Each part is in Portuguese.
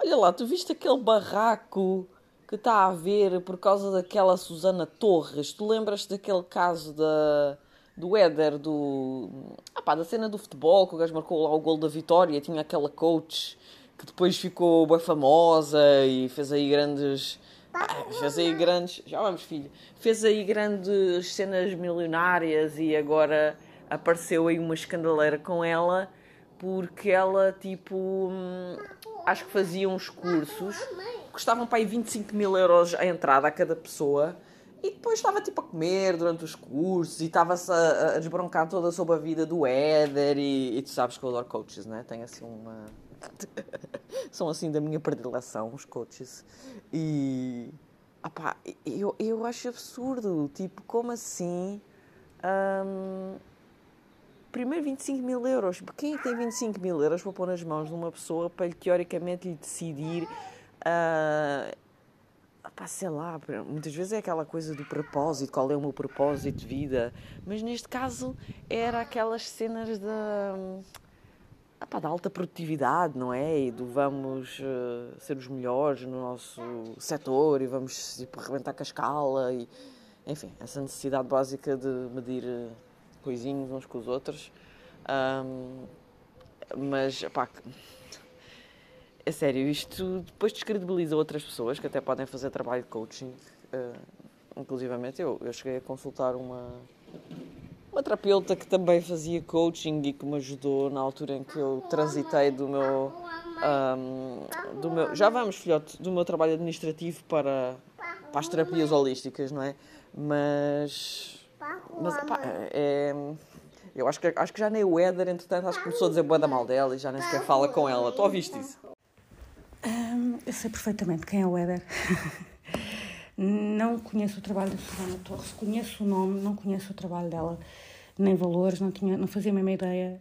Olha lá, tu viste aquele barraco que está a haver por causa daquela Susana Torres? Tu lembras daquele caso do Éder, da cena do futebol, que o gajo marcou lá o gol da vitória, tinha aquela coach que depois ficou bem famosa e fez aí grandes... fez aí grandes... Já vamos, filho. Fez aí grandes cenas milionárias e agora apareceu aí uma escandaleira com ela porque ela, tipo, acho que fazia uns cursos, custavam para aí 25 mil euros a entrada a cada pessoa, e depois estava, tipo, a comer durante os cursos, e estava-se a desbroncar toda sobre a vida do Éder, e tu sabes que eu adoro coaches, né? Tenho assim uma... São assim da minha predileção, os coaches. E... eu acho absurdo, tipo, como assim... Primeiro 25 mil euros. Quem é que tem 25 mil euros para pôr nas mãos de uma pessoa para teoricamente lhe decidir? Sei lá, muitas vezes é aquela coisa do propósito, qual é o meu propósito de vida. Mas neste caso era aquelas cenas da alta produtividade, não é? E do vamos ser os melhores no nosso setor e vamos tipo, arrebentar com a escala. E, enfim, essa necessidade básica de medir coisinhos uns com os outros. Mas, é sério, isto depois descredibiliza outras pessoas que até podem fazer trabalho de coaching. Inclusivamente eu cheguei a consultar uma terapeuta que também fazia coaching e que me ajudou na altura em que eu transitei já vamos, filhote, do meu trabalho administrativo para as terapias holísticas, não é? Mas eu acho que já nem o Éder, entretanto, acho que começou a dizer bué da mal dela e já nem sequer fala com ela. Tu ouviste isso? Eu sei perfeitamente quem é o Éder. Não conheço o trabalho da Susana Torres, conheço o nome, não conheço o trabalho dela, nem valores, não fazia a mesma ideia.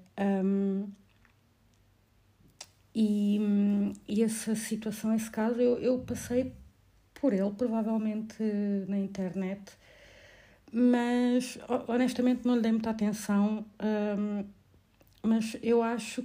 E essa situação, esse caso, eu passei por ele, provavelmente na internet, mas honestamente não lhe dei muita atenção, mas eu acho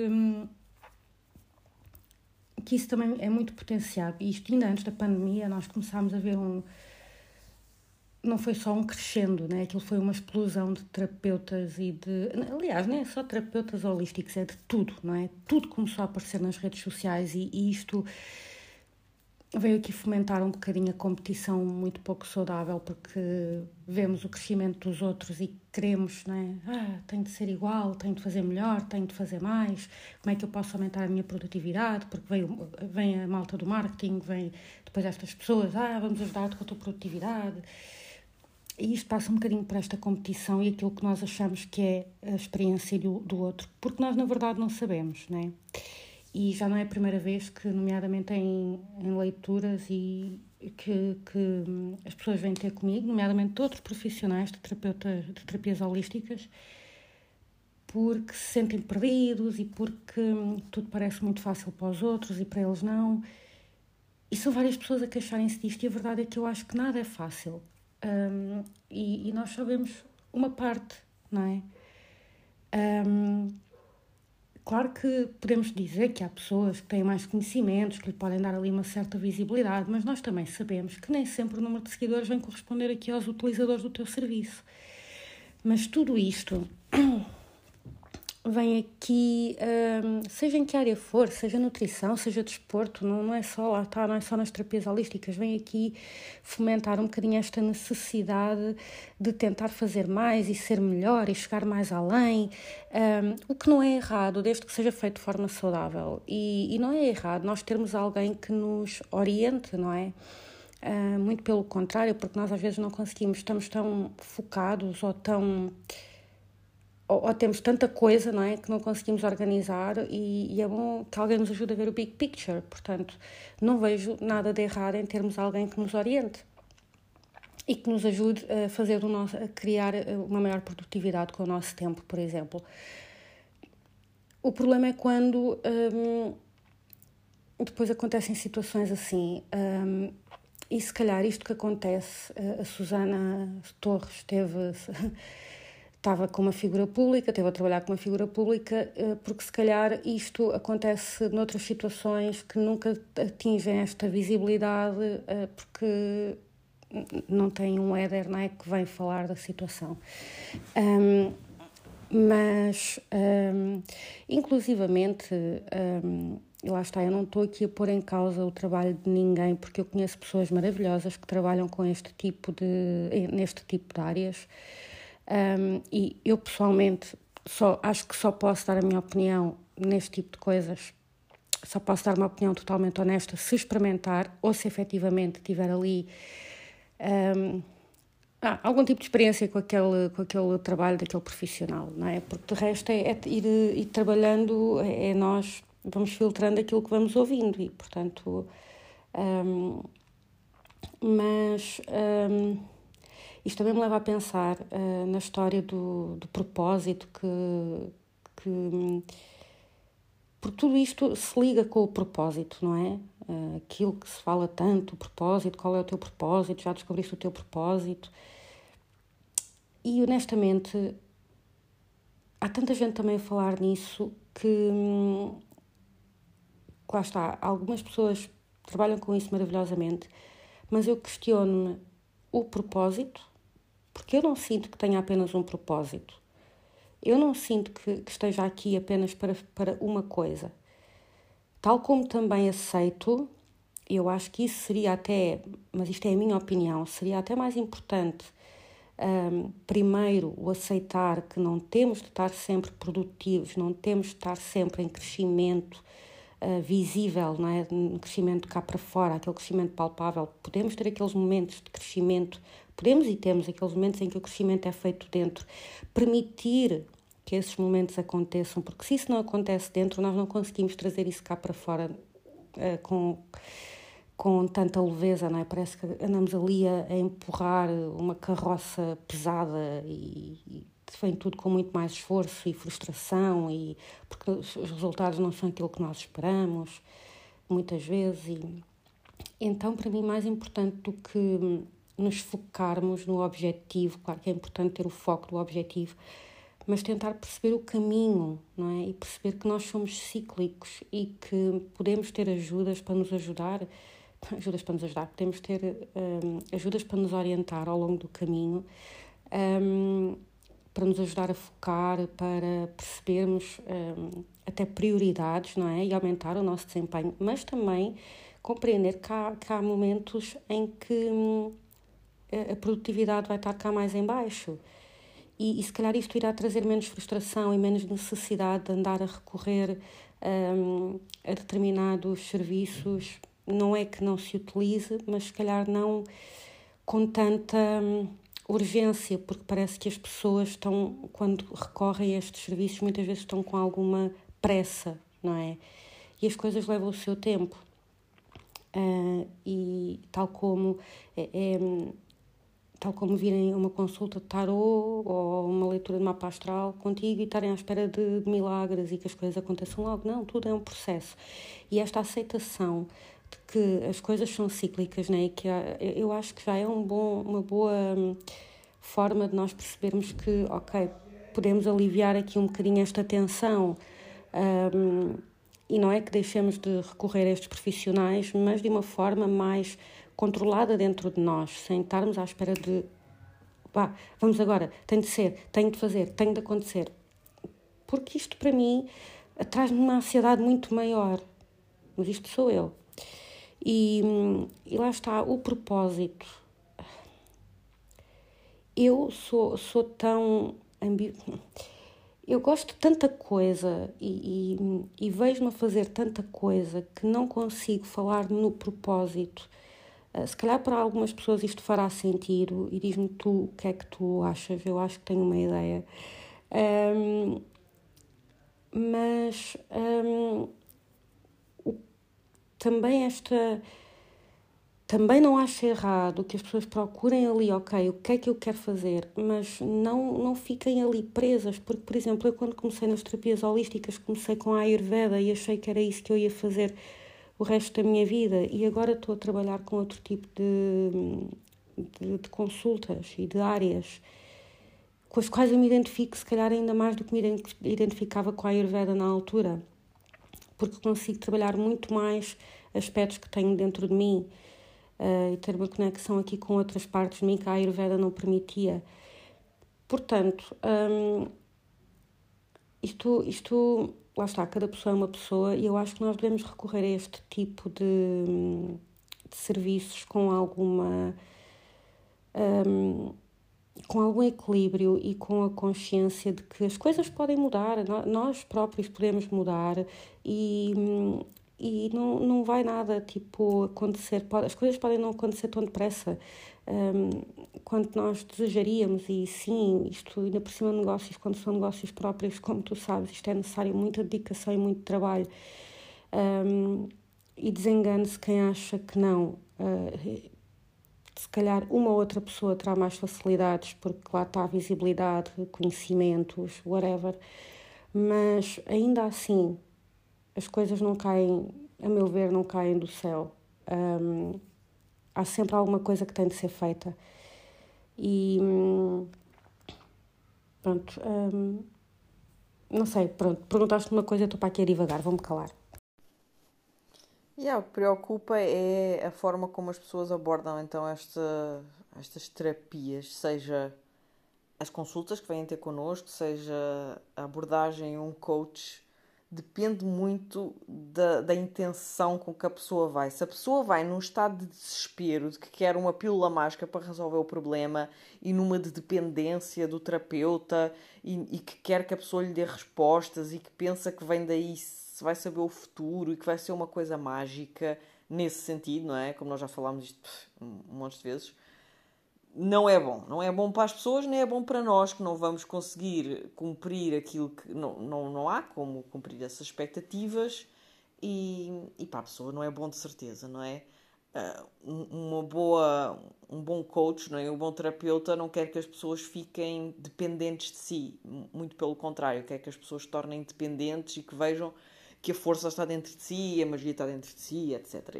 que isso também é muito potenciado. E isto ainda antes da pandemia, nós começámos a ver não foi só um crescendo, né? Aquilo foi uma explosão de terapeutas aliás, não é só terapeutas holísticos, é de tudo, não é? Tudo começou a aparecer nas redes sociais e isto veio aqui fomentar um bocadinho a competição muito pouco saudável, porque vemos o crescimento dos outros e queremos, não é? Tenho de ser igual, tenho de fazer melhor, tenho de fazer mais, como é que eu posso aumentar a minha produtividade, porque vem a malta do marketing, vem depois estas pessoas, vamos ajudar-te com a tua produtividade. E isto passa um bocadinho por esta competição e aquilo que nós achamos que é a experiência do outro, porque nós na verdade não sabemos, não é? E já não é a primeira vez que, nomeadamente em leituras, e que as pessoas vêm ter comigo, nomeadamente de outros profissionais de terapias holísticas, porque se sentem perdidos e porque tudo parece muito fácil para os outros e para eles não. E são várias pessoas a queixarem-se disto e a verdade é que eu acho que nada é fácil. E nós sabemos uma parte, não é? Claro que podemos dizer que há pessoas que têm mais conhecimentos, que lhe podem dar ali uma certa visibilidade, mas nós também sabemos que nem sempre o número de seguidores vem corresponder aqui aos utilizadores do teu serviço. Mas tudo isto vem aqui, seja em que área for, seja nutrição, seja desporto, não é só lá está, não é só nas terapias holísticas, vem aqui fomentar um bocadinho esta necessidade de tentar fazer mais e ser melhor e chegar mais além, o que não é errado, desde que seja feito de forma saudável. E não é errado nós termos alguém que nos oriente, não é? Muito pelo contrário, porque nós às vezes não conseguimos, estamos tão focados ou temos tanta coisa, não é, que não conseguimos organizar e é bom que alguém nos ajude a ver o big picture. Portanto, não vejo nada de errado em termos alguém que nos oriente e que nos ajude a criar uma maior produtividade com o nosso tempo, por exemplo. O problema é quando depois acontecem situações assim, e se calhar isto que acontece, a Susana Torres estava com uma figura pública, esteve a trabalhar com uma figura pública, porque se calhar isto acontece noutras situações que nunca atingem esta visibilidade, porque não tem um éder, não é, que vem falar da situação. Mas, inclusivamente, e lá está, eu não estou aqui a pôr em causa o trabalho de ninguém, porque eu conheço pessoas maravilhosas que trabalham com neste tipo de áreas, e eu pessoalmente acho que só posso dar a minha opinião neste tipo de coisas, só posso dar uma opinião totalmente honesta se experimentar ou se efetivamente tiver ali algum tipo de experiência com aquele trabalho daquele profissional, não é? Porque de resto é ir trabalhando, nós vamos filtrando aquilo que vamos ouvindo e, portanto, isto também me leva a pensar na história do propósito porque tudo isto se liga com o propósito, não é? Aquilo que se fala tanto, o propósito, qual é o teu propósito, já descobriste o teu propósito. E honestamente, há tanta gente também a falar nisso que lá está, algumas pessoas trabalham com isso maravilhosamente, mas eu questiono-me o propósito, porque eu não sinto que tenha apenas um propósito. Eu não sinto que esteja aqui apenas para uma coisa. Tal como também aceito, eu acho que isso seria até, mas isto é a minha opinião, seria até mais importante, primeiro, o aceitar que não temos de estar sempre produtivos, não temos de estar sempre em crescimento visível, não é? Um crescimento cá para fora, aquele crescimento palpável. Podemos ter aqueles momentos de crescimento, podemos e temos aqueles momentos em que o crescimento é feito dentro. Permitir que esses momentos aconteçam, porque se isso não acontece dentro, nós não conseguimos trazer isso cá para fora com tanta leveza, não é? Parece que andamos ali a empurrar uma carroça pesada e vem tudo com muito mais esforço e frustração, porque os resultados não são aquilo que nós esperamos, muitas vezes. Então, para mim, mais importante do que nos focarmos no objetivo, claro que é importante ter o foco do objetivo, mas tentar perceber o caminho, não é? E perceber que nós somos cíclicos e que podemos ter ajudas para nos ajudar, podemos ter ajudas para nos orientar ao longo do caminho, para nos ajudar a focar, para percebermos até prioridades, não é? E aumentar o nosso desempenho, mas também compreender que há momentos em que a produtividade vai estar cá mais em baixo. E se calhar isto irá trazer menos frustração e menos necessidade de andar a recorrer a determinados serviços. Não é que não se utilize, mas se calhar não com tanta urgência, porque parece que as pessoas estão, quando recorrem a estes serviços, muitas vezes estão com alguma pressa, não é? E as coisas levam o seu tempo. E tal como virem uma consulta de tarô ou uma leitura de mapa astral contigo e estarem à espera de milagres e que as coisas aconteçam logo. Não, tudo é um processo. E esta aceitação de que as coisas são cíclicas, né? E que eu acho que já é uma boa forma de nós percebermos que, ok, podemos aliviar aqui um bocadinho esta tensão. E não é que deixemos de recorrer a estes profissionais, mas de uma forma mais controlada dentro de nós, sem estarmos à espera de vamos agora, tem de ser, tenho de fazer, tem de acontecer. Porque isto para mim traz-me uma ansiedade muito maior. Mas isto sou eu. E lá está, o propósito. Eu sou tão eu gosto de tanta coisa e vejo-me a fazer tanta coisa que não consigo falar no propósito. Se calhar para algumas pessoas isto fará sentido e diz-me tu o que é que tu achas, eu acho que tenho uma ideia. Mas também não acho errado que as pessoas procurem ali, ok, o que é que eu quero fazer, mas não fiquem ali presas, porque, por exemplo, eu quando comecei nas terapias holísticas, comecei com a Ayurveda e achei que era isso que eu ia fazer o resto da minha vida e agora estou a trabalhar com outro tipo de consultas e de áreas. com as quais eu me identifico, se calhar ainda mais do que me identificava com a Ayurveda na altura, porque consigo trabalhar muito mais aspectos que tenho dentro de mim e ter uma conexão aqui com outras partes de mim que a Ayurveda não permitia. Portanto, isto, lá está, cada pessoa é uma pessoa e eu acho que nós devemos recorrer a este tipo de serviços com algum equilíbrio e com a consciência de que as coisas podem mudar, nós próprios podemos mudar e não vai nada tipo acontecer, as coisas podem não acontecer tão depressa quanto nós desejaríamos. E sim, isto ainda por cima de negócios, quando são negócios próprios, como tu sabes, isto é necessário muita dedicação e muito trabalho, e desengane-se quem acha que não. Se calhar uma ou outra pessoa terá mais facilidades porque lá está a visibilidade, conhecimentos, whatever, mas ainda assim as coisas não caem, a meu ver, não caem do céu. Há sempre alguma coisa que tem de ser feita e pronto, não sei, pronto, perguntaste-me uma coisa, eu estou para aqui a divagar, vou-me calar. O que preocupa é a forma como as pessoas abordam então estas terapias, seja as consultas que vêm ter connosco, seja a abordagem um coach, depende muito da intenção com que a pessoa vai. Se a pessoa vai num estado de desespero, de que quer uma pílula mágica para resolver o problema e numa de dependência do terapeuta e que quer que a pessoa lhe dê respostas e que pensa que vem daí se vai saber o futuro e que vai ser uma coisa mágica nesse sentido, não é? Como nós já falámos isto um monte de vezes. Não é bom. Não é bom para as pessoas, nem é bom para nós, que não vamos conseguir cumprir aquilo que... Não há como cumprir essas expectativas e para a pessoa não é bom de certeza, não é? Um bom coach, não é? Um bom terapeuta não quer que as pessoas fiquem dependentes de si. Muito pelo contrário, quer que as pessoas se tornem dependentes e que vejam que a força está dentro de si, a magia está dentro de si, etc.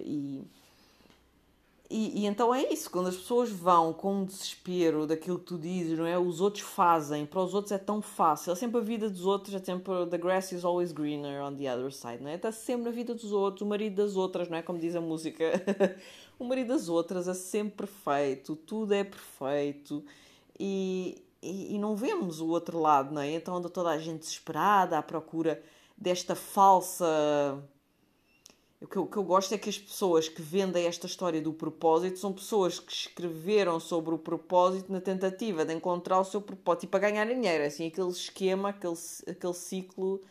E então é isso, quando as pessoas vão com um desespero daquilo que tu dizes, não é? Os outros fazem, para os outros é tão fácil, é sempre a vida dos outros, é sempre the grass is always greener on the other side, não é? Está sempre na vida dos outros, o marido das outras, não é? Como diz a música, o marido das outras é sempre perfeito, tudo é perfeito e não vemos o outro lado, não é? Então anda toda a gente desesperada à procura desta falsa... O que eu gosto é que as pessoas que vendem esta história do propósito são pessoas que escreveram sobre o propósito na tentativa de encontrar o seu propósito e para ganhar dinheiro, assim, aquele esquema, aquele ciclo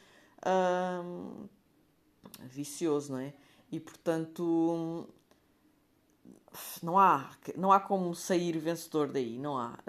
vicioso, não é? E portanto não há como sair vencedor daí, não há.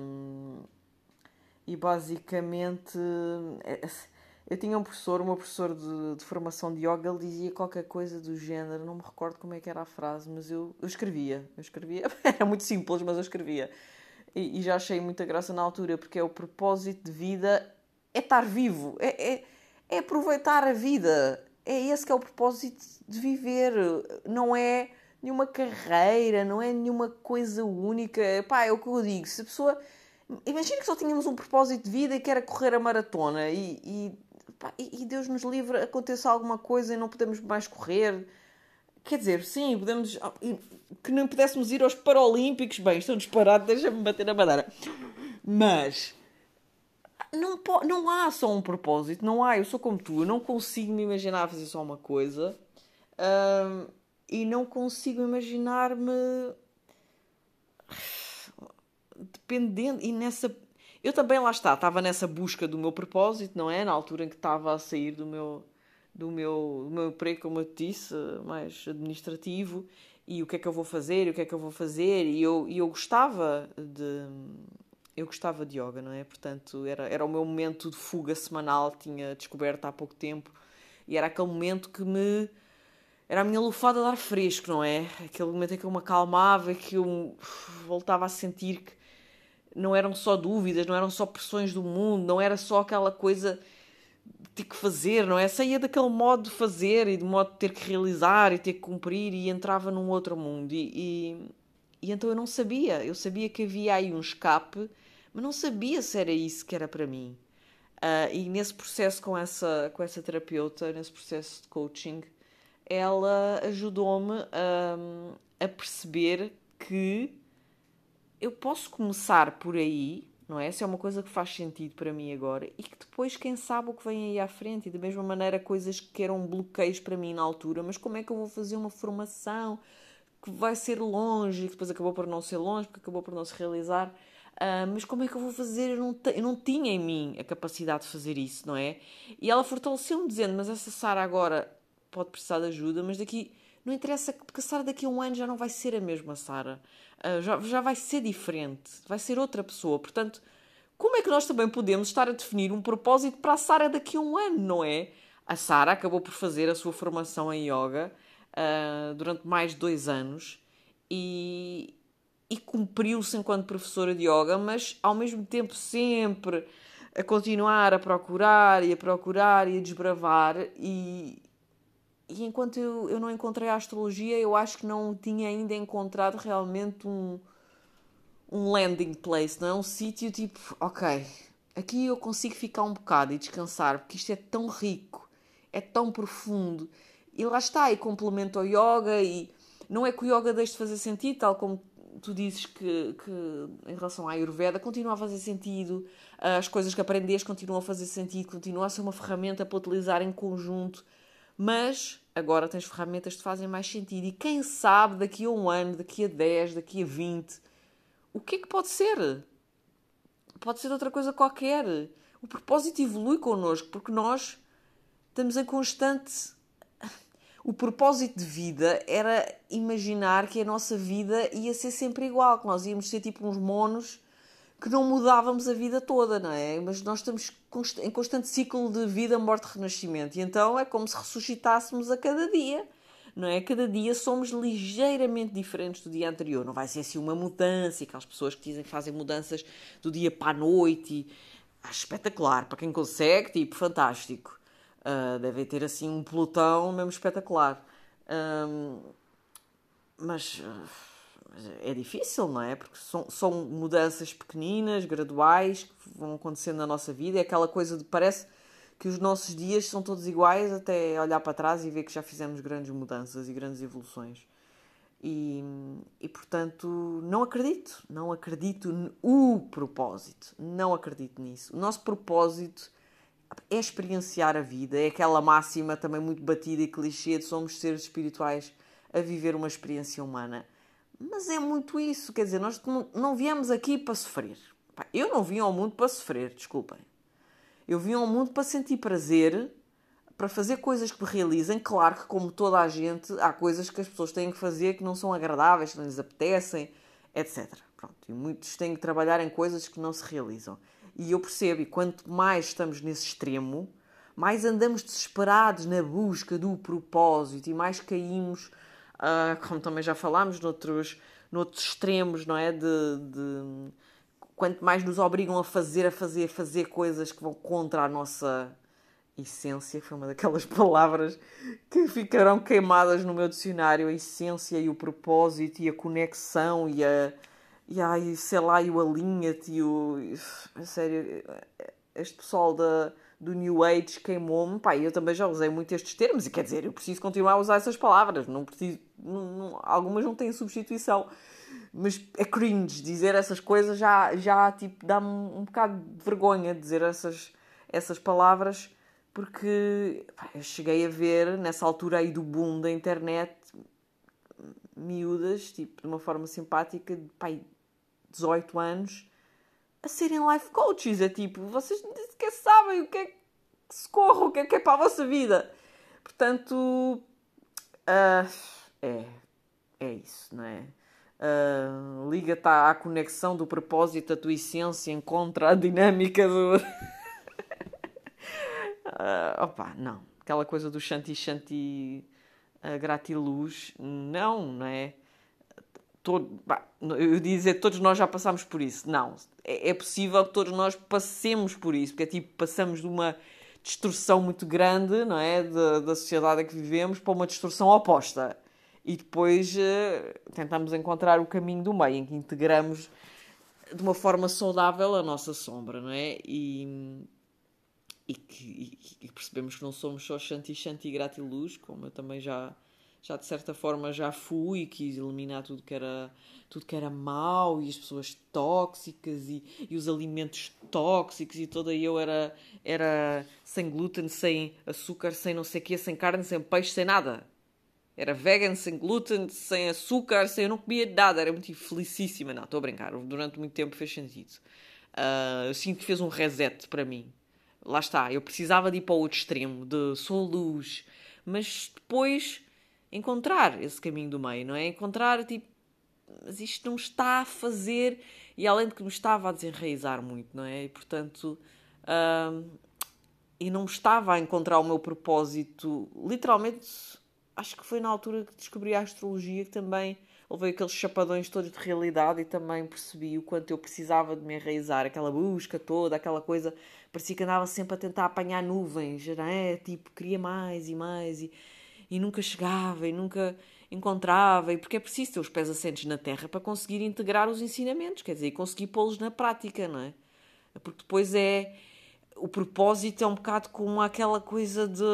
E basicamente eu tinha o meu professor de formação de yoga, ele dizia qualquer coisa do género, não me recordo como é que era a frase, mas eu escrevia, era muito simples, mas eu escrevia. E já achei muita graça na altura, porque é o propósito de vida, é estar vivo, é aproveitar a vida, é esse que é o propósito de viver, não é nenhuma carreira, não é nenhuma coisa única. Pá, é o que eu digo, se a pessoa... Imagina que só tínhamos um propósito de vida e que era correr a maratona e Deus nos livre, aconteça alguma coisa e não podemos mais correr. Quer dizer, sim, podemos... Que não pudéssemos ir aos Paralímpicos. Bem, estou disparado, deixa-me bater na madeira. Mas... Não há só um propósito, não há. Eu sou como tu, eu não consigo me imaginar fazer só uma coisa. E não consigo imaginar-me... dependendo... E nessa... Eu também, lá está, estava nessa busca do meu propósito, não é? Na altura em que estava a sair do meu emprego, como eu te disse, mais administrativo, e o que é que eu vou fazer, e eu gostava de yoga, não é? Portanto, era o meu momento de fuga semanal, tinha descoberto há pouco tempo, e era aquele momento que era a minha lufada de ar fresco, não é? Aquele momento em que eu me acalmava e que eu voltava a sentir que não eram só dúvidas, não eram só pressões do mundo, não era só aquela coisa de ter que fazer, não é? Saía daquele modo de fazer e de modo de ter que realizar e ter que cumprir e entrava num outro mundo. E então eu não sabia. Eu sabia que havia aí um escape, mas não sabia se era isso que era para mim. E nesse processo com essa terapeuta, nesse processo de coaching, ela ajudou-me a perceber que eu posso começar por aí, não é? Se é uma coisa que faz sentido para mim agora e que depois, quem sabe, o que vem aí à frente. E da mesma maneira, coisas que eram bloqueios para mim na altura, mas como é que eu vou fazer uma formação que vai ser longe e que depois acabou por não ser longe, porque acabou por não se realizar? Mas como é que eu vou fazer? Eu não tinha em mim a capacidade de fazer isso, não é? E ela fortaleceu-me dizendo, mas essa Sara agora pode precisar de ajuda, mas daqui... Não interessa, porque a Sara daqui a um ano já não vai ser a mesma Sara. Já vai ser diferente. Vai ser outra pessoa. Portanto, como é que nós também podemos estar a definir um propósito para a Sara daqui a um ano, não é? A Sara acabou por fazer a sua formação em yoga durante mais de 2 anos e cumpriu-se enquanto professora de yoga, mas ao mesmo tempo sempre a continuar a procurar e a procurar e a desbravar e enquanto eu não encontrei a astrologia, eu acho que não tinha ainda encontrado realmente um landing place, não é? Um sítio tipo, ok, aqui eu consigo ficar um bocado e descansar, porque isto é tão rico, é tão profundo. E lá está, e complemento ao yoga, e não é que o yoga deixe de fazer sentido, tal como tu dizes que em relação à Ayurveda continua a fazer sentido, as coisas que aprendeste continuam a fazer sentido, continua a ser uma ferramenta para utilizar em conjunto, mas agora tens ferramentas que te fazem mais sentido. E quem sabe daqui a um ano, daqui a 10, daqui a 20, o que é que pode ser? Pode ser outra coisa qualquer. O propósito evolui connosco, porque nós estamos em constante... O propósito de vida era imaginar que a nossa vida ia ser sempre igual, que nós íamos ser tipo uns monos que não mudávamos a vida toda, não é? Mas nós estamos em constante ciclo de vida, morte, renascimento. E então é como se ressuscitássemos a cada dia, não é? Cada dia somos ligeiramente diferentes do dia anterior. Não vai ser assim uma mudança, e aquelas pessoas que dizem que fazem mudanças do dia para a noite. Acho espetacular. Para quem consegue, tipo, fantástico. Deve ter assim um pelotão mesmo espetacular. Mas é difícil, não é? Porque são mudanças pequeninas, graduais, que vão acontecendo na nossa vida. É aquela coisa de parece que os nossos dias são todos iguais até olhar para trás e ver que já fizemos grandes mudanças e grandes evoluções. E portanto, não acredito no propósito. Não acredito nisso. O nosso propósito é experienciar a vida. É aquela máxima também muito batida e clichê de somos seres espirituais a viver uma experiência humana. Mas é muito isso, quer dizer, nós não viemos aqui para sofrer. Eu não vim ao mundo para sofrer, desculpem. Eu vim ao mundo para sentir prazer, para fazer coisas que me realizem. Claro que, como toda a gente, há coisas que as pessoas têm que fazer que não são agradáveis, que não lhes apetecem, etc. Pronto, e muitos têm que trabalhar em coisas que não se realizam. E eu percebo, e quanto mais estamos nesse extremo, mais andamos desesperados na busca do propósito e mais caímos, como também já falámos, noutros extremos, não é? Quanto mais nos obrigam a fazer coisas que vão contra a nossa essência, que foi uma daquelas palavras que ficarão queimadas no meu dicionário, a essência e o propósito e a conexão sei lá, e o alinha-te e o... A sério, este pessoal do New Age queimou-me. Pá, eu também já usei muito estes termos e quer dizer, eu preciso continuar a usar essas palavras. Não preciso, algumas não têm substituição. Mas é cringe dizer essas coisas, já tipo, dá-me um bocado de vergonha dizer essas palavras, porque pá, eu cheguei a ver, nessa altura aí do boom da internet, miúdas, tipo, de uma forma simpática, de pá, 18 anos, a serem life coaches. É tipo, vocês nem sequer sabem o que é que socorro, o que é para a vossa vida. Portanto, é isso, não é? Liga-te à conexão do propósito, da tua essência, encontra a dinâmica do... Opa, não. Aquela coisa do shanti gratiluz, não é? Eu dizer todos nós já passámos por isso. Não. É possível que todos nós passemos por isso, porque é tipo, passamos de uma distorção muito grande, não é? Da sociedade em que vivemos para uma distorção oposta. E depois tentamos encontrar o caminho do meio, em que integramos de uma forma saudável a nossa sombra, não é? E percebemos que não somos só Shanti Shanti gratiluz, como eu também já de certa forma já fui e quis eliminar tudo que era mau e as pessoas tóxicas e os alimentos tóxicos e toda eu era sem glúten, sem açúcar, sem não sei o quê, sem carne, sem peixe, sem nada. Era vegan, sem glúten, sem açúcar, sem... Eu não comia nada, era muito felicíssima. Não, estou a brincar, durante muito tempo fez sentido. Eu sinto que fez um reset para mim. Lá está, eu precisava de ir para o outro extremo, de sou luz. Mas depois encontrar esse caminho do meio, não é? Encontrar, tipo, mas isto não me está a fazer... E além de que me estava a desenraizar muito, não é? E, portanto... e não me estava a encontrar o meu propósito, literalmente... Acho que foi na altura que descobri a astrologia que também houve aqueles chapadões todos de realidade e também percebi o quanto eu precisava de me enraizar, aquela busca toda, aquela coisa, parecia que andava sempre a tentar apanhar nuvens, não é? Tipo, queria mais e mais e nunca chegava e nunca encontrava, e porque é preciso ter os pés assentes na terra para conseguir integrar os ensinamentos, quer dizer, e conseguir pô-los na prática, não é? Porque depois o propósito é um bocado como aquela coisa de...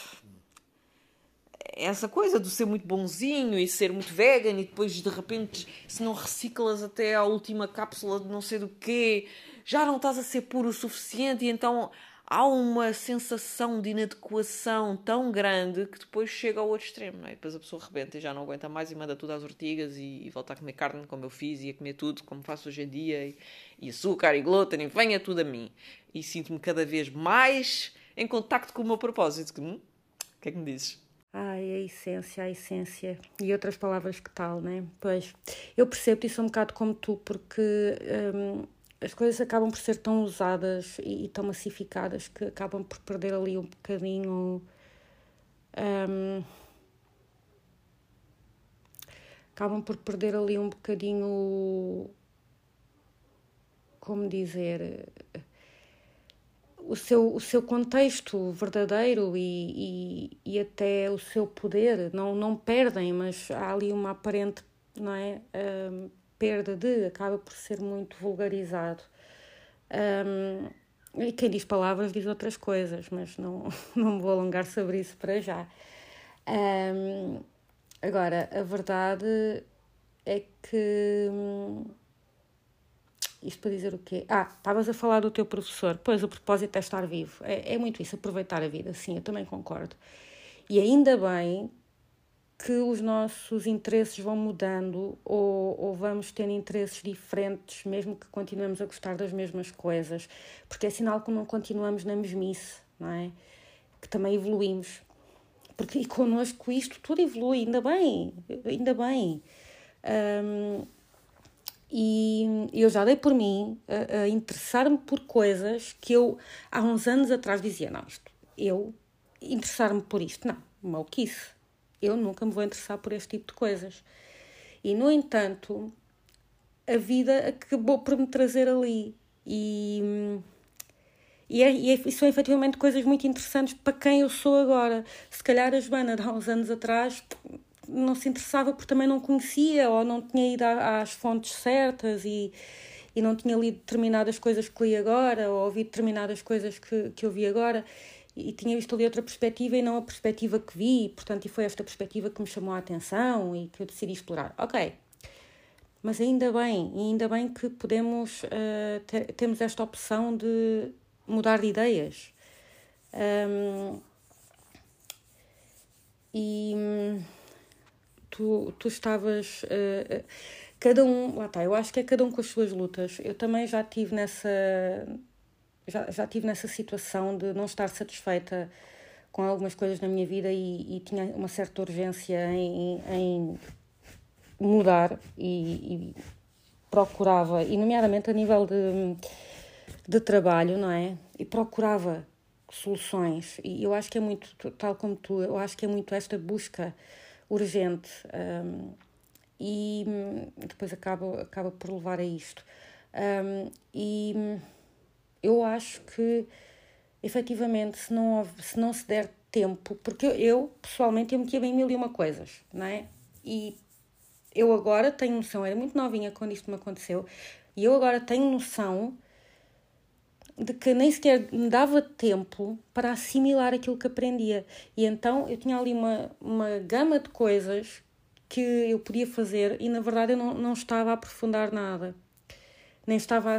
Essa coisa de ser muito bonzinho e ser muito vegan e depois de repente se não reciclas até à última cápsula de não sei do quê, já não estás a ser puro o suficiente e então há uma sensação de inadequação tão grande que depois chega ao outro extremo, não é? Depois a pessoa rebenta e já não aguenta mais e manda tudo às ortigas e volta a comer carne como eu fiz e a comer tudo como faço hoje em dia e açúcar e glúten e venha tudo a mim. E sinto-me cada vez mais em contacto com o meu propósito. O que é que me dizes? Ai, a essência. E outras palavras que tal, né? Pois, eu percebo isso um bocado como tu, porque as coisas acabam por ser tão usadas e tão massificadas que acabam por perder ali um bocadinho... acabam por perder ali um bocadinho... Como dizer... O seu contexto verdadeiro e até o seu poder não perdem, mas há ali uma aparente, não é, perda acaba por ser muito vulgarizado. E quem diz palavras diz outras coisas, mas não me vou alongar sobre isso para já. Agora, a verdade é que... Isto para dizer o quê? Estavas a falar do teu professor. Pois, o propósito é estar vivo. É muito isso, aproveitar a vida. Sim, eu também concordo. E ainda bem que os nossos interesses vão mudando ou vamos tendo interesses diferentes, mesmo que continuemos a gostar das mesmas coisas. Porque é sinal que não continuamos na mesmice, não é? Que também evoluímos. E connosco isto tudo evolui, ainda bem. Ainda bem. E eu já dei por mim a interessar-me por coisas que eu há uns anos atrás dizia, não, eu interessar-me por isto, não, maluquice, eu nunca me vou interessar por este tipo de coisas. E, no entanto, a vida acabou por me trazer ali e são efetivamente coisas muito interessantes para quem eu sou agora. Se calhar a Joana de há uns anos atrás... não se interessava porque também não conhecia ou não tinha ido às fontes certas e não tinha lido determinadas coisas que li agora ou ouvido determinadas coisas que eu vi agora e tinha visto ali outra perspectiva e não a perspectiva que vi, portanto, e foi esta perspectiva que me chamou a atenção e que eu decidi explorar. Ok, mas ainda bem que podemos temos esta opção de mudar de ideias. Tu estavas... cada um... Lá está, eu acho que é cada um com as suas lutas. Eu também já tive já tive nessa situação de não estar satisfeita com algumas coisas na minha vida e tinha uma certa urgência em mudar e procurava, e nomeadamente a nível de trabalho, não é? E procurava soluções. E eu acho que é muito, tal como tu, eu acho que é muito esta busca urgente e depois acaba por levar a isto. E eu acho que, efetivamente, se não se der tempo, porque eu pessoalmente, eu metia bem mil e uma coisas, não é? E eu agora tenho noção, era muito novinha quando isto me aconteceu, E eu agora tenho noção de que nem sequer me dava tempo para assimilar aquilo que aprendia. E então eu tinha ali uma gama de coisas que eu podia fazer e, na verdade, eu não estava a aprofundar nada. Nem estava...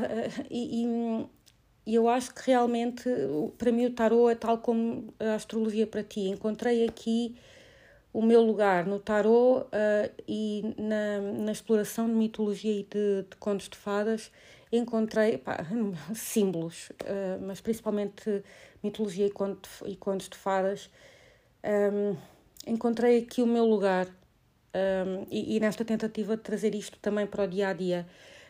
E eu acho que realmente, para mim, o tarot é tal como a astrologia para ti. Encontrei aqui o meu lugar no tarot e na exploração de mitologia e de contos de fadas. Encontrei símbolos, mas principalmente mitologia e contos de fadas. Encontrei aqui o meu lugar e nesta tentativa de trazer isto também para o dia-a-dia.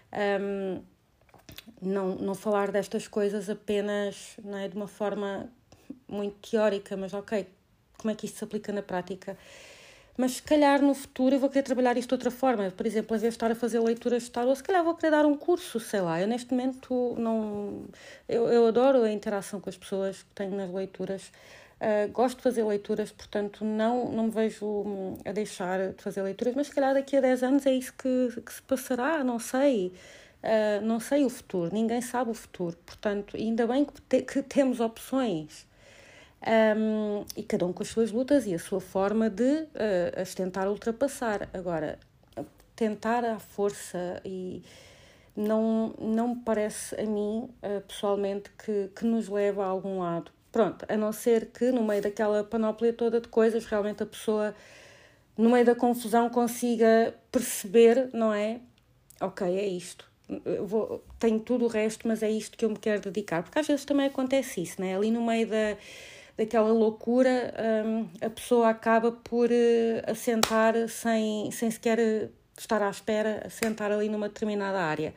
Não falar destas coisas apenas, não é, de uma forma muito teórica, mas ok, como é que isto se aplica na prática? Mas se calhar no futuro eu vou querer trabalhar isto de outra forma. Por exemplo, em vez de estar a fazer leituras de tarot, se calhar vou querer dar um curso, sei lá. Eu neste momento não... Eu adoro a interação com as pessoas que tenho nas leituras. Gosto de fazer leituras, portanto não me vejo a deixar de fazer leituras, mas se calhar daqui a 10 anos é isso que se passará, não sei. Não sei o futuro, ninguém sabe o futuro. Portanto, ainda bem que temos opções. E cada um com as suas lutas e a sua forma de as tentar ultrapassar. Agora, tentar à força e não me parece a mim, pessoalmente, que nos leve a algum lado. Pronto, a não ser que no meio daquela panóplia toda de coisas, realmente a pessoa, no meio da confusão, consiga perceber, não é? Ok, é isto. Tenho tudo o resto, mas é isto que eu me quero dedicar. Porque às vezes também acontece isso, não é? Ali no meio daquela loucura, a pessoa acaba por assentar sem sequer estar à espera, assentar ali numa determinada área.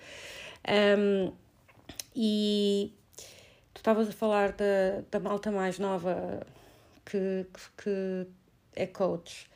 E tu estavas a falar da malta mais nova que é coach.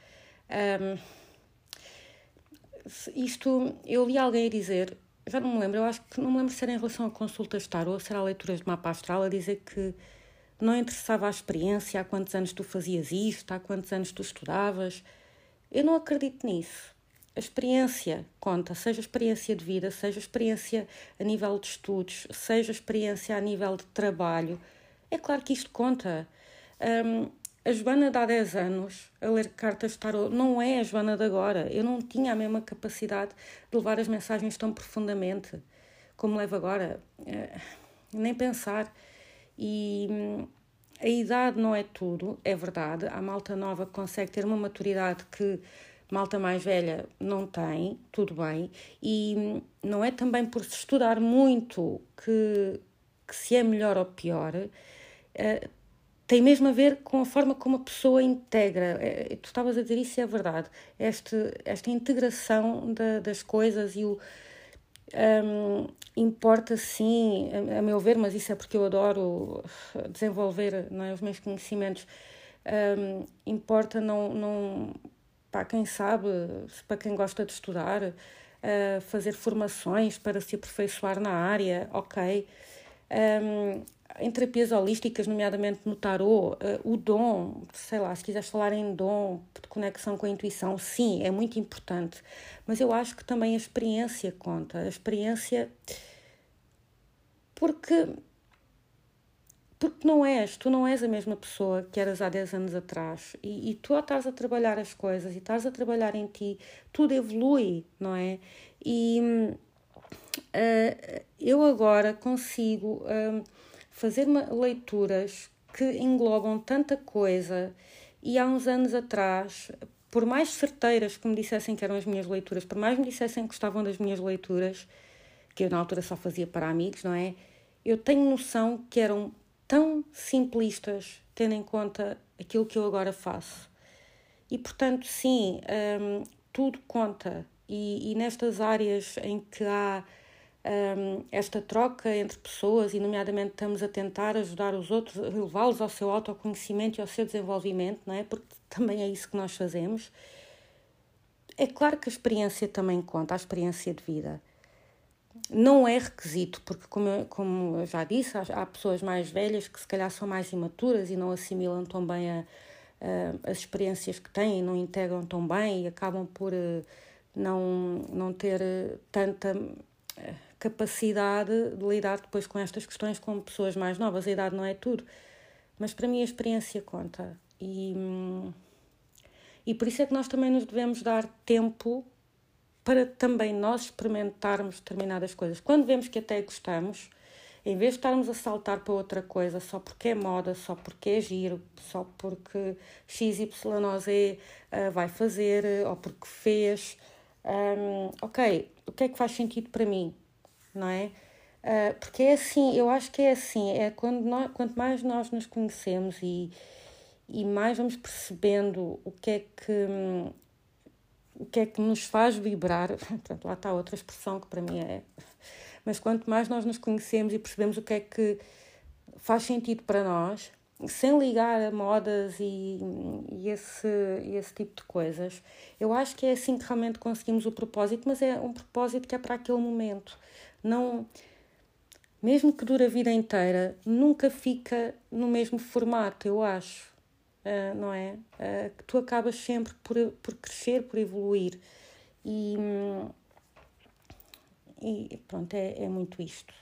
Isto, eu li alguém a dizer, já não me lembro, eu acho que não me lembro se era em relação a consultas de tarot ou se era a leituras de mapa astral, a dizer que não interessava a experiência, há quantos anos tu fazias isto, há quantos anos tu estudavas. Eu não acredito nisso. A experiência conta, seja experiência de vida, seja experiência a nível de estudos, seja experiência a nível de trabalho. É claro que isto conta. A Joana de há 10 anos a ler cartas de tarot não é a Joana de agora. Eu não tinha a mesma capacidade de levar as mensagens tão profundamente como levo agora. Nem pensar. E a idade não é tudo, é verdade. Há malta nova que consegue ter uma maturidade que malta mais velha não tem, tudo bem. E não é também por se estudar muito que se é melhor ou pior. Tem mesmo a ver com a forma como a pessoa integra. Tu estavas a dizer isso e é verdade. Esta integração das coisas e o... importa sim, a meu ver, mas isso é porque eu adoro desenvolver, não é, os meus conhecimentos. Importa não para quem sabe, para quem gosta de estudar, fazer formações para se aperfeiçoar na área, ok. Em terapias holísticas, nomeadamente no tarot, o dom, sei lá, se quiseres falar em dom, de conexão com a intuição, sim, é muito importante. Mas eu acho que também a experiência conta. A experiência... Porque tu não és a mesma pessoa que eras há 10 anos atrás. E tu estás a trabalhar as coisas e estás a trabalhar em ti, tudo evolui, não é? E eu agora consigo... fazer leituras que englobam tanta coisa e há uns anos atrás, por mais certeiras que me dissessem que eram as minhas leituras, por mais me dissessem que gostavam das minhas leituras, que eu na altura só fazia para amigos, não é? Eu tenho noção que eram tão simplistas, tendo em conta aquilo que eu agora faço. E, portanto, sim, tudo conta. E nestas áreas em que há esta troca entre pessoas e nomeadamente estamos a tentar ajudar os outros, levá-los ao seu autoconhecimento e ao seu desenvolvimento, não é? Porque também é isso que nós fazemos. É claro que a experiência também conta, a experiência de vida. Não é requisito, porque como eu já disse, há pessoas mais velhas que se calhar são mais imaturas e não assimilam tão bem as experiências que têm, não integram tão bem e acabam por não ter tanta capacidade de lidar depois com estas questões com pessoas mais novas. A idade não é tudo, mas para mim a experiência conta. E por isso é que nós também nos devemos dar tempo para também nós experimentarmos determinadas coisas. Quando vemos que até gostamos, em vez de estarmos a saltar para outra coisa só porque é moda, só porque é giro, só porque XYZ vai fazer ou porque fez, ok, o que é que faz sentido para mim, não é? Porque é assim, eu acho que é assim, é quanto mais nós nos conhecemos e mais vamos percebendo o que é que nos faz vibrar. Portanto, lá está outra expressão que para mim é... Mas quanto mais nós nos conhecemos e percebemos o que é que faz sentido para nós, sem ligar a modas e esse tipo de coisas, eu acho que é assim que realmente conseguimos o propósito, mas é um propósito que é para aquele momento. Não... Mesmo que dure a vida inteira, nunca fica no mesmo formato, eu acho. Não é? Que tu acabas sempre por crescer, por evoluir. E pronto, é muito isto.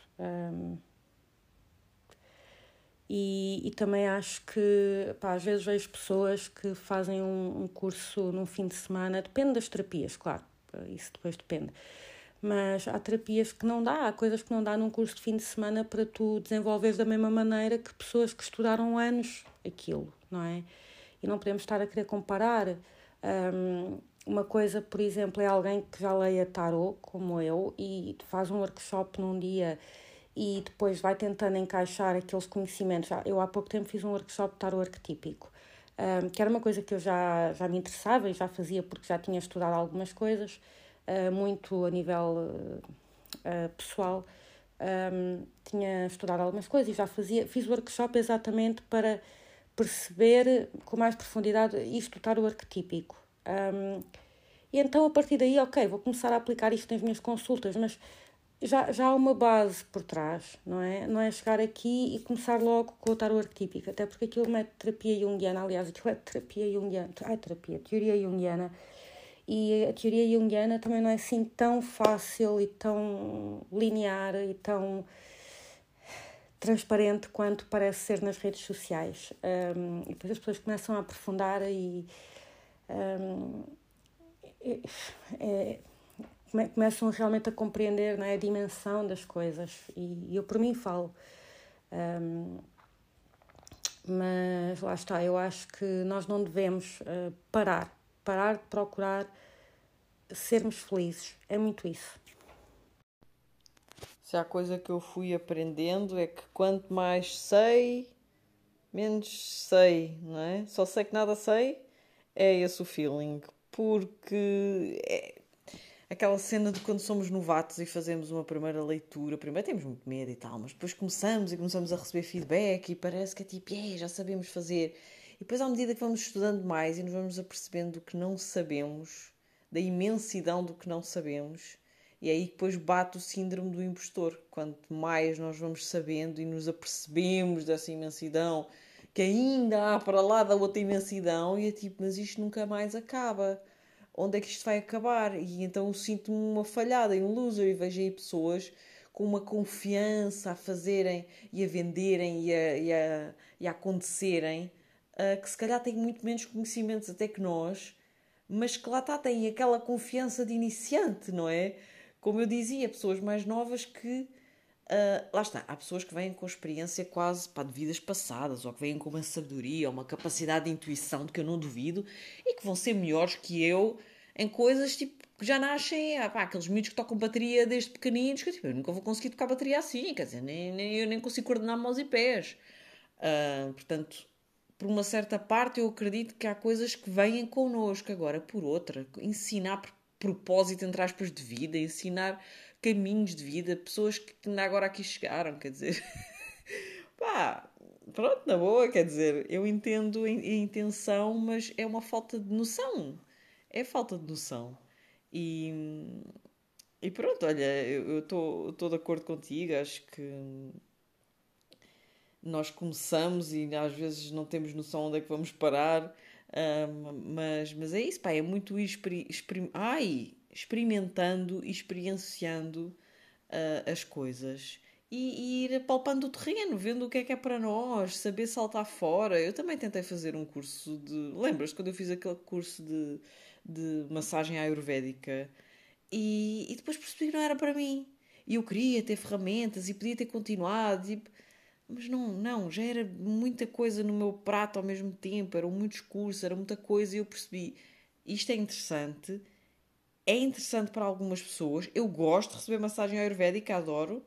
E também acho que, pá, às vezes vejo pessoas que fazem um curso num fim de semana, depende das terapias, claro, isso depois depende. Mas há terapias que não dá, há coisas que não dá num curso de fim de semana para tu desenvolveres da mesma maneira que pessoas que estudaram anos aquilo, não é? E não podemos estar a querer comparar. Uma coisa, por exemplo, é alguém que já leia tarot, como eu, e faz um workshop num dia e depois vai tentando encaixar aqueles conhecimentos. Eu há pouco tempo fiz um workshop de tarot arquetípico, que era uma coisa que eu já me interessava e já fazia porque já tinha estudado algumas coisas, muito a nível pessoal. Tinha estudado algumas coisas e já fiz o workshop exatamente para perceber com mais profundidade isto do tarot arquetípico. E então a partir daí, ok, vou começar a aplicar isto nas minhas consultas, mas já há uma base por trás, não é? Não é chegar aqui e começar logo com o tarot arquetípico, até porque aquilo é terapia junguiana, aliás, aquilo é terapia junguiana, teoria junguiana, e a teoria junguiana também não é assim tão fácil e tão linear e tão transparente quanto parece ser nas redes sociais. E depois as pessoas começam a aprofundar e começam realmente a compreender, não é, a dimensão das coisas. E eu por mim falo. Mas lá está, eu acho que nós não devemos parar de procurar sermos felizes. É muito isso. Se há coisa que eu fui aprendendo é que quanto mais sei, menos sei, não é? Só sei que nada sei, é esse o feeling. Porque é aquela cena de quando somos novatos e fazemos uma primeira leitura, primeiro temos muito medo e tal, mas depois começamos a receber feedback e parece que é tipo, já sabemos fazer. E depois, à medida que vamos estudando mais e nos vamos apercebendo do que não sabemos, da imensidão do que não sabemos, e aí depois bate o síndrome do impostor. Quanto mais nós vamos sabendo e nos apercebemos dessa imensidão, que ainda há para lá da outra imensidão, e é tipo, mas isto nunca mais acaba. Onde é que isto vai acabar? E então eu sinto-me uma falhada e um loser, e vejo aí pessoas com uma confiança a fazerem e a venderem e a acontecerem, que se calhar têm muito menos conhecimentos até que nós, mas que lá está, têm aquela confiança de iniciante, não é? Como eu dizia, pessoas mais novas que... lá está, há pessoas que vêm com experiência quase de vidas passadas, ou que vêm com uma sabedoria, ou uma capacidade de intuição de que eu não duvido, e que vão ser melhores que eu em coisas tipo que já nascem, aqueles miúdos que tocam bateria desde pequeninos, que eu nunca vou conseguir tocar bateria assim, quer dizer, eu nem consigo coordenar mãos e pés. Portanto, por uma certa parte, eu acredito que há coisas que vêm connosco. Agora, por outra, ensinar propósito, entre aspas, de vida, ensinar caminhos de vida, pessoas que ainda agora aqui chegaram, quer dizer... Pá, pronto, na boa, quer dizer, eu entendo a intenção, mas é uma falta de noção. É falta de noção. E, e pronto, olha, eu estou de acordo contigo, acho que nós começamos e às vezes não temos noção onde é que vamos parar, mas é isso, pá, é muito ir experimentando e experienciando as coisas e ir apalpando o terreno, vendo o que é para nós, saber saltar fora. Eu também tentei fazer um curso de. Lembras-te quando eu fiz aquele curso de massagem ayurvédica e depois percebi que não era para mim. E eu queria ter ferramentas e podia ter continuado, mas não, já era muita coisa no meu prato ao mesmo tempo, eram muitos cursos, era muita coisa e eu percebi, isto é interessante para algumas pessoas, eu gosto de receber massagem ayurvédica, adoro,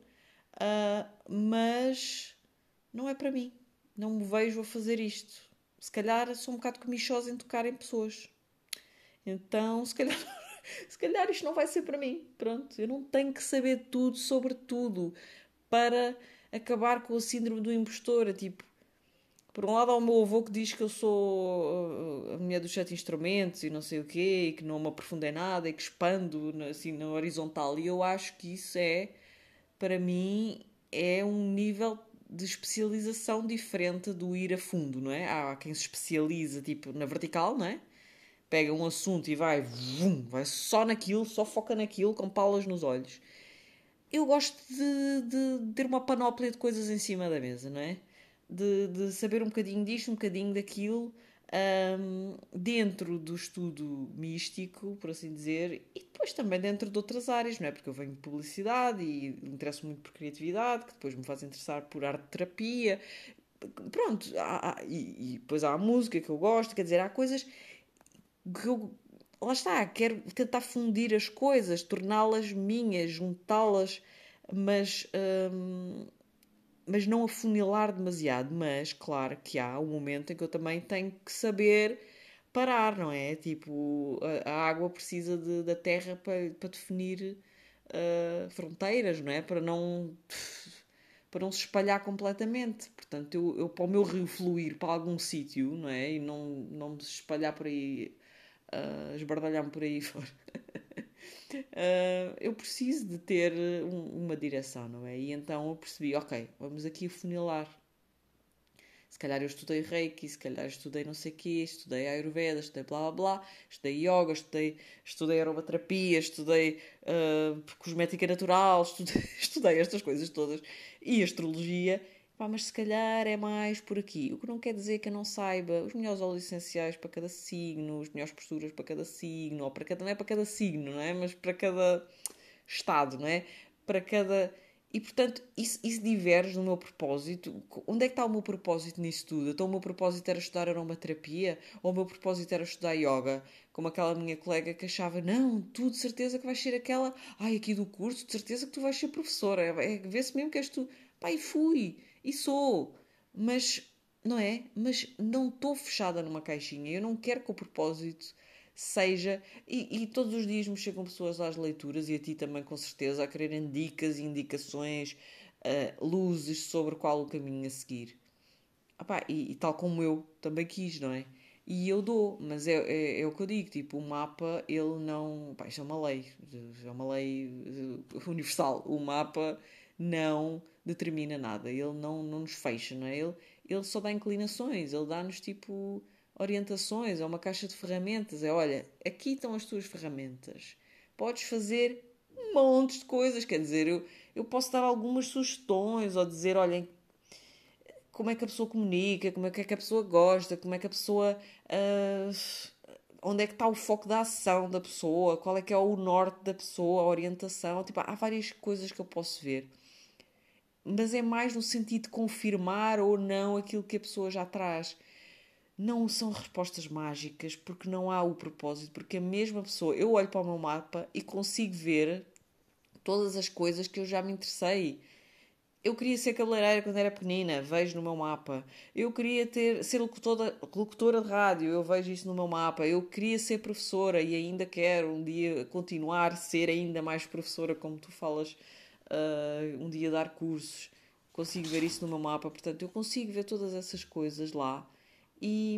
mas não é para mim, não me vejo a fazer isto. Se calhar sou um bocado comichosa em tocar em pessoas, então se calhar, se calhar isto não vai ser para mim, pronto, eu não tenho que saber tudo sobre tudo para acabar com a síndrome do impostor. É tipo, por um lado há o meu avô que diz que eu sou a mulher dos sete instrumentos e não sei o quê, e que não me aprofundei nada e que expando assim na horizontal. E eu acho que isso para mim, é um nível de especialização diferente do ir a fundo, não é? Há quem se especializa tipo na vertical, não é? Pega um assunto e vai, vum, vai só naquilo, só foca naquilo, com palas nos olhos. Eu gosto de ter uma panóplia de coisas em cima da mesa, não é? De saber um bocadinho disto, um bocadinho daquilo, dentro do estudo místico, por assim dizer, e depois também dentro de outras áreas, não é? Porque eu venho de publicidade e interesso muito por criatividade, que depois me faz interessar por arte-terapia. Pronto, e depois há a música que eu gosto, quer dizer, há coisas que eu lá está, quero tentar fundir as coisas, torná-las minhas, juntá-las, mas, mas não afunilar demasiado. Mas, claro que há um momento em que eu também tenho que saber parar, não é? Tipo, a água precisa da terra para definir fronteiras, não é? Para não se espalhar completamente. Portanto, eu para o meu rio fluir para algum sítio, não é? E não me espalhar por aí, esbardalhar-me por aí fora. Eu preciso de ter uma direção, não é? E então eu percebi, ok, vamos aqui afunilar. Se calhar eu estudei Reiki, se calhar estudei não sei o quê, estudei Ayurveda, estudei blá blá blá, estudei Yoga, estudei aromaterapia, estudei cosmética natural, estudei estas coisas todas e astrologia. Pá, mas se calhar é mais por aqui. O que não quer dizer que eu não saiba os melhores óleos essenciais para cada signo, as melhores posturas para cada signo, ou para cada, não é para cada signo, não é? Mas para cada estado, não é? Para cada. E portanto, isso diverge do meu propósito. Onde é que está o meu propósito nisso tudo? Então, o meu propósito era estudar aromaterapia? Ou o meu propósito era estudar yoga? Como aquela minha colega que achava, não, tu de certeza que vais ser aquela, ai, aqui do curso, de certeza que tu vais ser professora. Vê-se mesmo que és tu. Pá, e fui. E sou. Mas, não é? Mas não estou fechada numa caixinha. Eu não quero que o propósito seja. E todos os dias me chegam pessoas às leituras e a ti também, com certeza, a quererem dicas, indicações, luzes sobre qual o caminho a seguir. E tal como eu também quis, não é? E eu dou, mas é o que eu digo, tipo, o mapa, ele não. Pá, isto é uma lei universal. O mapa não determina nada, ele não nos fecha, não é? Ele só dá inclinações, ele dá-nos tipo orientações, é uma caixa de ferramentas. É olha, aqui estão as tuas ferramentas, podes fazer montes de coisas, quer dizer, eu posso dar algumas sugestões ou dizer, olhem, como é que a pessoa comunica, como é que a pessoa gosta, como é que a pessoa. Onde é que está o foco da ação da pessoa, qual é que é o norte da pessoa, a orientação. Tipo, há várias coisas que eu posso ver. Mas é mais no sentido de confirmar ou não aquilo que a pessoa já traz. Não são respostas mágicas, porque não há o propósito, porque a mesma pessoa, eu olho para o meu mapa e consigo ver todas as coisas que eu já me interessei. Eu queria ser cabeleireira quando era pequenina, vejo no meu mapa. Eu queria ser locutora de rádio, eu vejo isso no meu mapa. Eu queria ser professora e ainda quero um dia continuar a ser ainda mais professora, como tu falas, um dia dar cursos. Consigo ver isso no meu mapa, portanto, eu consigo ver todas essas coisas lá e,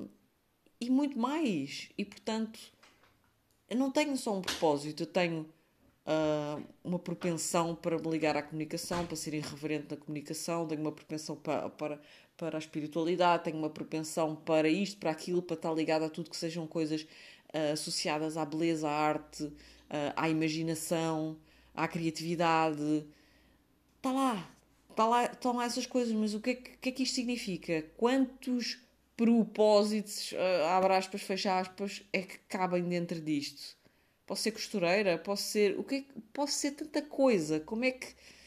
e muito mais. E portanto, eu não tenho só um propósito, eu tenho uma propensão para me ligar à comunicação, para ser irreverente na comunicação, tenho uma propensão para a espiritualidade, tenho uma propensão para isto, para aquilo, para estar ligada a tudo que sejam coisas associadas à beleza, à arte, à imaginação, à criatividade. Está lá, está lá, estão lá essas coisas, mas o que é que isto significa? Quantos propósitos, abre aspas, fecha aspas, é que cabem dentro disto? Posso ser costureira, posso ser. Posso ser tanta coisa. Como é que.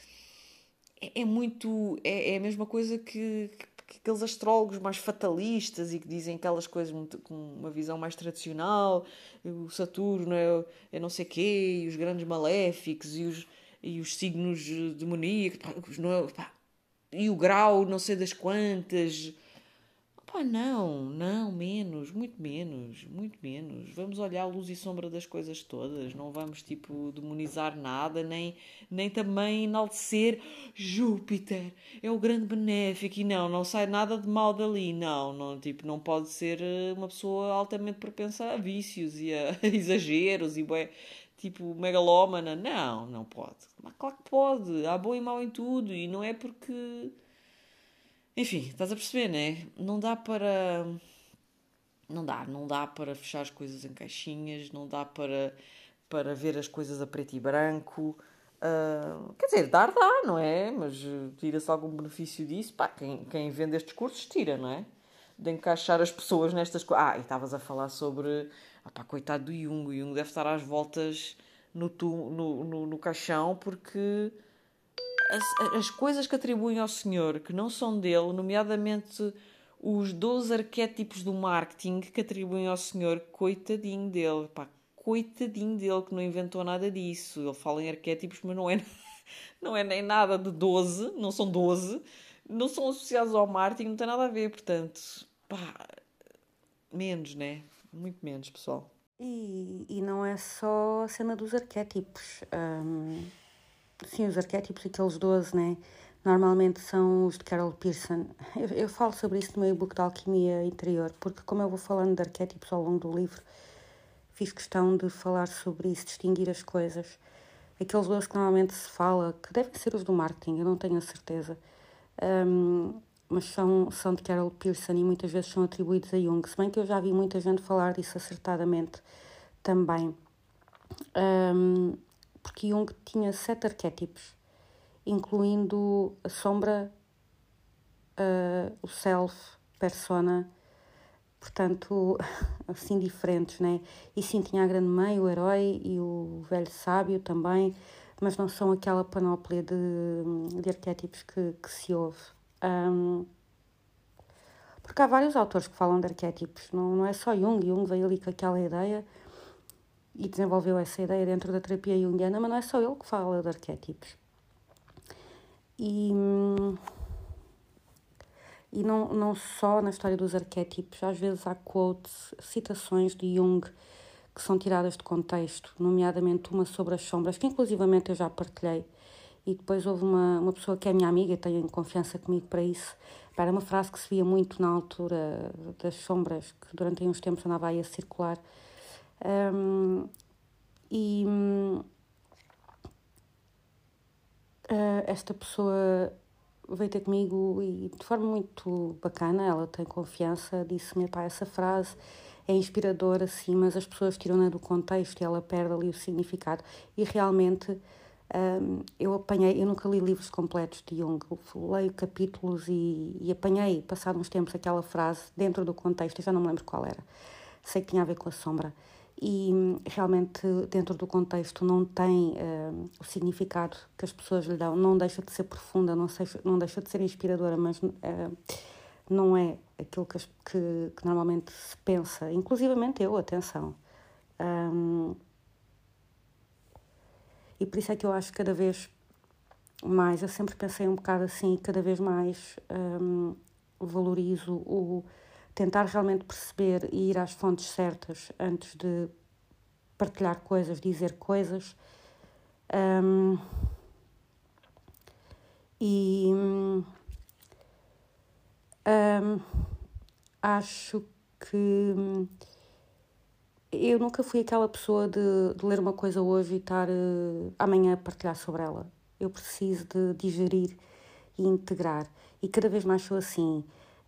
É muito. É a mesma coisa que aqueles astrólogos mais fatalistas e que dizem aquelas coisas com uma visão mais tradicional. O Saturno é não sei quê, e os grandes maléficos e os signos demoníacos. Pá, e o grau, não sei das quantas. Pá, não, não, menos, muito menos, muito menos. Vamos olhar a luz e sombra das coisas todas, não vamos, tipo, demonizar nada, nem também enaltecer Júpiter, é o grande benéfico, e não sai nada de mal dali, não, tipo, não pode ser uma pessoa altamente propensa a vícios e a exageros e, bué, tipo, megalómana, não pode. Mas claro que pode, há bom e mau em tudo, e não é porque... Enfim, estás a perceber, né? Não dá para. Não dá para fechar as coisas em caixinhas, não dá para ver as coisas a preto e branco. Quer dizer, dá, não é? Mas tira-se algum benefício disso. Pá, quem vende estes cursos tira, não é? De encaixar as pessoas nestas coisas. E estavas a falar sobre. Pá, coitado do Jung. O Jung deve estar às voltas no caixão porque as coisas que atribuem ao senhor que não são dele, nomeadamente os 12 arquétipos do marketing que atribuem ao senhor, coitadinho dele, pá, coitadinho dele que não inventou nada disso. Ele fala em arquétipos, mas não é, não é nem nada de 12, não são 12, não são associados ao marketing, não tem nada a ver, portanto, pá, menos, né? Muito menos, pessoal. E não é só a cena dos arquétipos. Sim, os arquétipos, aqueles 12, né? Normalmente são os de Carol Pearson. Eu falo sobre isso no meu e-book da Alquimia Interior, porque como eu vou falando de arquétipos ao longo do livro, fiz questão de falar sobre isso, distinguir as coisas. Aqueles 12 que normalmente se fala, que devem ser os do marketing, eu não tenho a certeza, mas são de Carol Pearson e muitas vezes são atribuídos a Jung, se bem que eu já vi muita gente falar disso acertadamente também. Porque Jung tinha 7 arquétipos, incluindo a sombra, o self, persona, portanto, assim diferentes, né? E sim, tinha a grande mãe, o herói e o velho sábio também, mas não são aquela panóplia de arquétipos que se ouve. Porque há vários autores que falam de arquétipos, não é só Jung. Jung veio ali com aquela ideia e desenvolveu essa ideia dentro da terapia junguiana, mas não é só ele que fala de arquétipos. E não só na história dos arquétipos, às vezes há quotes, citações de Jung que são tiradas de contexto, nomeadamente uma sobre as sombras, que inclusivamente eu já partilhei, e depois houve uma pessoa que é minha amiga e tem confiança comigo para isso. Era uma frase que se via muito na altura das sombras, que durante uns tempos andava aí a circular. Esta pessoa veio ter comigo e de forma muito bacana, ela tem confiança, disse-me, pá, essa frase é inspiradora, sim, mas as pessoas tiram-na do contexto e ela perde ali o significado. E realmente eu nunca li livros completos de Jung, eu leio capítulos e apanhei, passado uns tempos, aquela frase dentro do contexto, eu já não me lembro qual era, sei que tinha a ver com a sombra. E realmente dentro do contexto não tem o significado que as pessoas lhe dão, não deixa de ser profunda, não deixa de ser inspiradora, mas não é aquilo que normalmente se pensa, inclusivamente eu, atenção. E por isso é que eu acho que cada vez mais, eu sempre pensei um bocado assim, cada vez mais valorizo o tentar realmente perceber e ir às fontes certas antes de partilhar coisas, dizer coisas. Acho que eu nunca fui aquela pessoa de ler uma coisa hoje e estar amanhã a partilhar sobre ela. Eu preciso de digerir e integrar. E cada vez mais sou assim.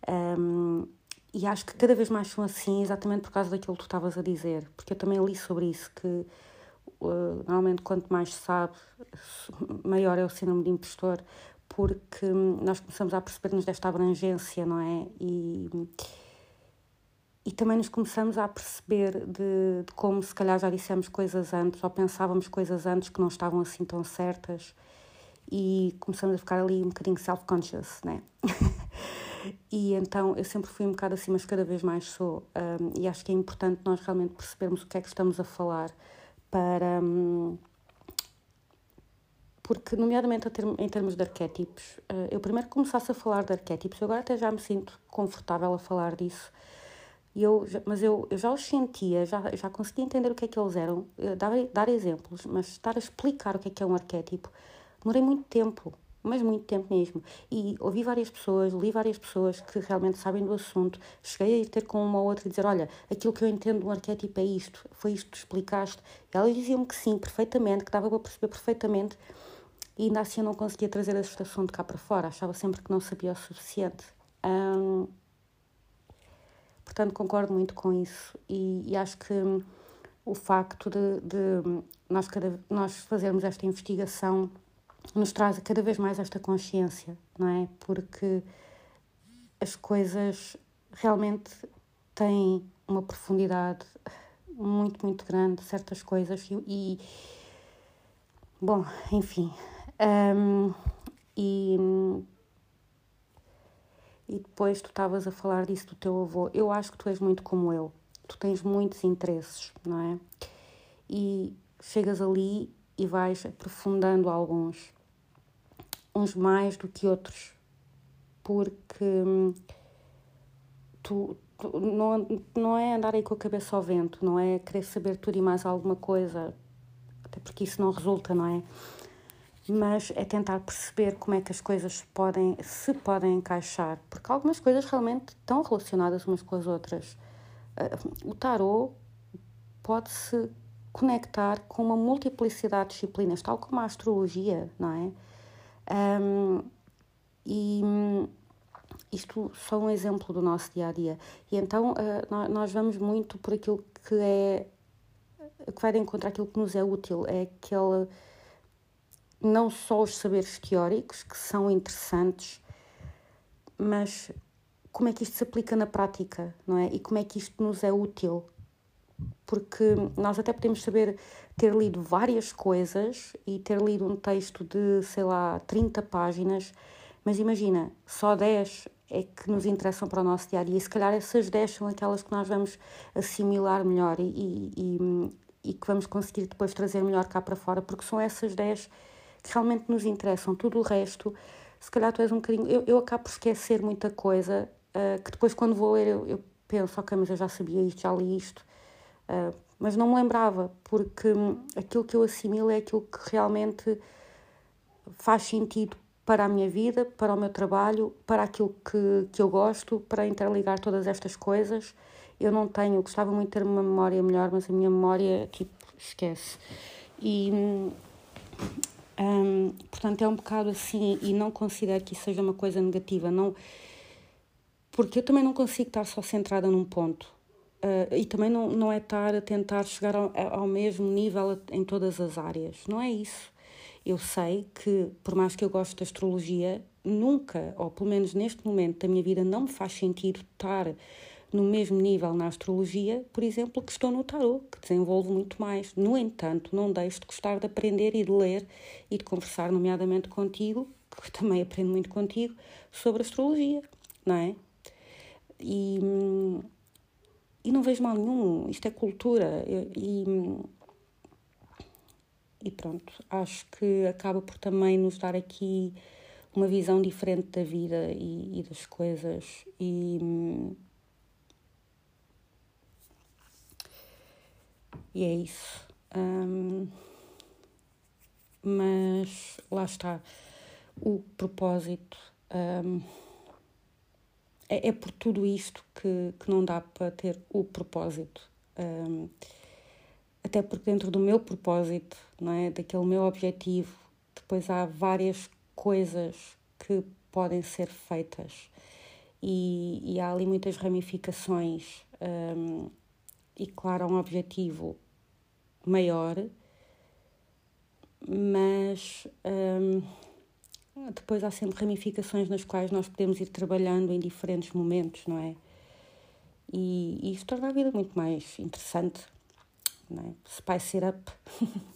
E acho que cada vez mais sou assim exatamente por causa daquilo que tu estavas a dizer. Porque eu também li sobre isso, que normalmente quanto mais se sabe, maior é o síndrome de impostor, porque nós começamos a perceber-nos desta abrangência, não é? E também nos começamos a perceber de como se calhar já dissemos coisas antes ou pensávamos coisas antes que não estavam assim tão certas e começamos a ficar ali um bocadinho self-conscious, né? E então eu sempre fui um bocado assim, mas cada vez mais sou. E acho que é importante nós realmente percebermos o que é que estamos a falar para... porque, nomeadamente em termos de arquétipos, eu primeiro começasse a falar de arquétipos, eu agora até já me sinto confortável a falar disso, mas eu já os sentia, já conseguia entender o que é que eles eram, dar exemplos, mas estar a explicar o que é um arquétipo, demorei muito tempo, mas muito tempo mesmo. E ouvi várias pessoas, li várias pessoas que realmente sabem do assunto, cheguei a ir ter com uma ou outra e dizer, olha, aquilo que eu entendo de um arquétipo é isto, foi isto que tu explicaste. E elas diziam-me que sim, perfeitamente, que dava para perceber perfeitamente, e ainda assim eu não conseguia trazer este assunto cá para fora, achava sempre que não sabia o suficiente. Portanto, concordo muito com isso e acho que o facto de nós fazermos esta investigação nos traz cada vez mais esta consciência, não é? Porque as coisas realmente têm uma profundidade muito, muito grande, certas coisas bom, enfim. E depois tu estavas a falar disso do teu avô. Eu acho que tu és muito como eu. Tu tens muitos interesses, não é? E chegas ali e vais aprofundando alguns. Uns mais do que outros. Porque tu não é andar aí com a cabeça ao vento, não é querer saber tudo e mais alguma coisa. Até porque isso não resulta, não é? Mas é tentar perceber como é que as coisas se podem encaixar, porque algumas coisas realmente estão relacionadas umas com as outras. O tarot pode-se conectar com uma multiplicidade de disciplinas, tal como a astrologia, não é? E isto só um exemplo do nosso dia-a-dia. E então nós vamos muito por aquilo que vai de encontro àquilo que nos é útil, é aquele... não só os saberes teóricos, que são interessantes, mas como é que isto se aplica na prática, não é? E como é que isto nos é útil. Porque nós até podemos ter lido várias coisas e ter lido um texto de, sei lá, 30 páginas, mas imagina, só 10 é que nos interessam para o nosso dia-a-dia e se calhar essas 10 são aquelas que nós vamos assimilar melhor e que vamos conseguir depois trazer melhor cá para fora, porque são essas 10 que realmente nos interessam. Tudo o resto, se calhar tu és um bocadinho... Eu acabo por esquecer muita coisa, que depois quando vou ler eu penso, ok, mas eu já sabia isto, já li isto, mas não me lembrava, porque aquilo que eu assimilo é aquilo que realmente faz sentido para a minha vida, para o meu trabalho, para aquilo que eu gosto, para interligar todas estas coisas. Eu gostava muito de ter uma memória melhor, mas a minha memória, esquece. E... portanto é um bocado assim, e não considero que isso seja uma coisa negativa, não, porque eu também não consigo estar só centrada num ponto, e também não é estar a tentar chegar ao mesmo nível em todas as áreas, não é isso. Eu sei que, por mais que eu goste da astrologia, nunca, ou pelo menos neste momento da minha vida, não me faz sentido estar no mesmo nível na astrologia, por exemplo, que estou no tarot, que desenvolvo muito mais. No entanto, não deixo de gostar de aprender e de ler e de conversar, nomeadamente contigo, que também aprendo muito contigo, sobre astrologia, não é? E não vejo mal nenhum, isto é cultura. E pronto, acho que acaba por também nos dar aqui uma visão diferente da vida e das coisas. E é isso. Mas lá está. O propósito é por tudo isto que não dá para ter o propósito. Até porque dentro do meu propósito, não é? Daquele meu objetivo, depois há várias coisas que podem ser feitas. E há ali muitas ramificações. E claro, há um objetivo maior, mas depois há sempre ramificações nas quais nós podemos ir trabalhando em diferentes momentos, não é? E isto torna a vida muito mais interessante, não é? Spice it up.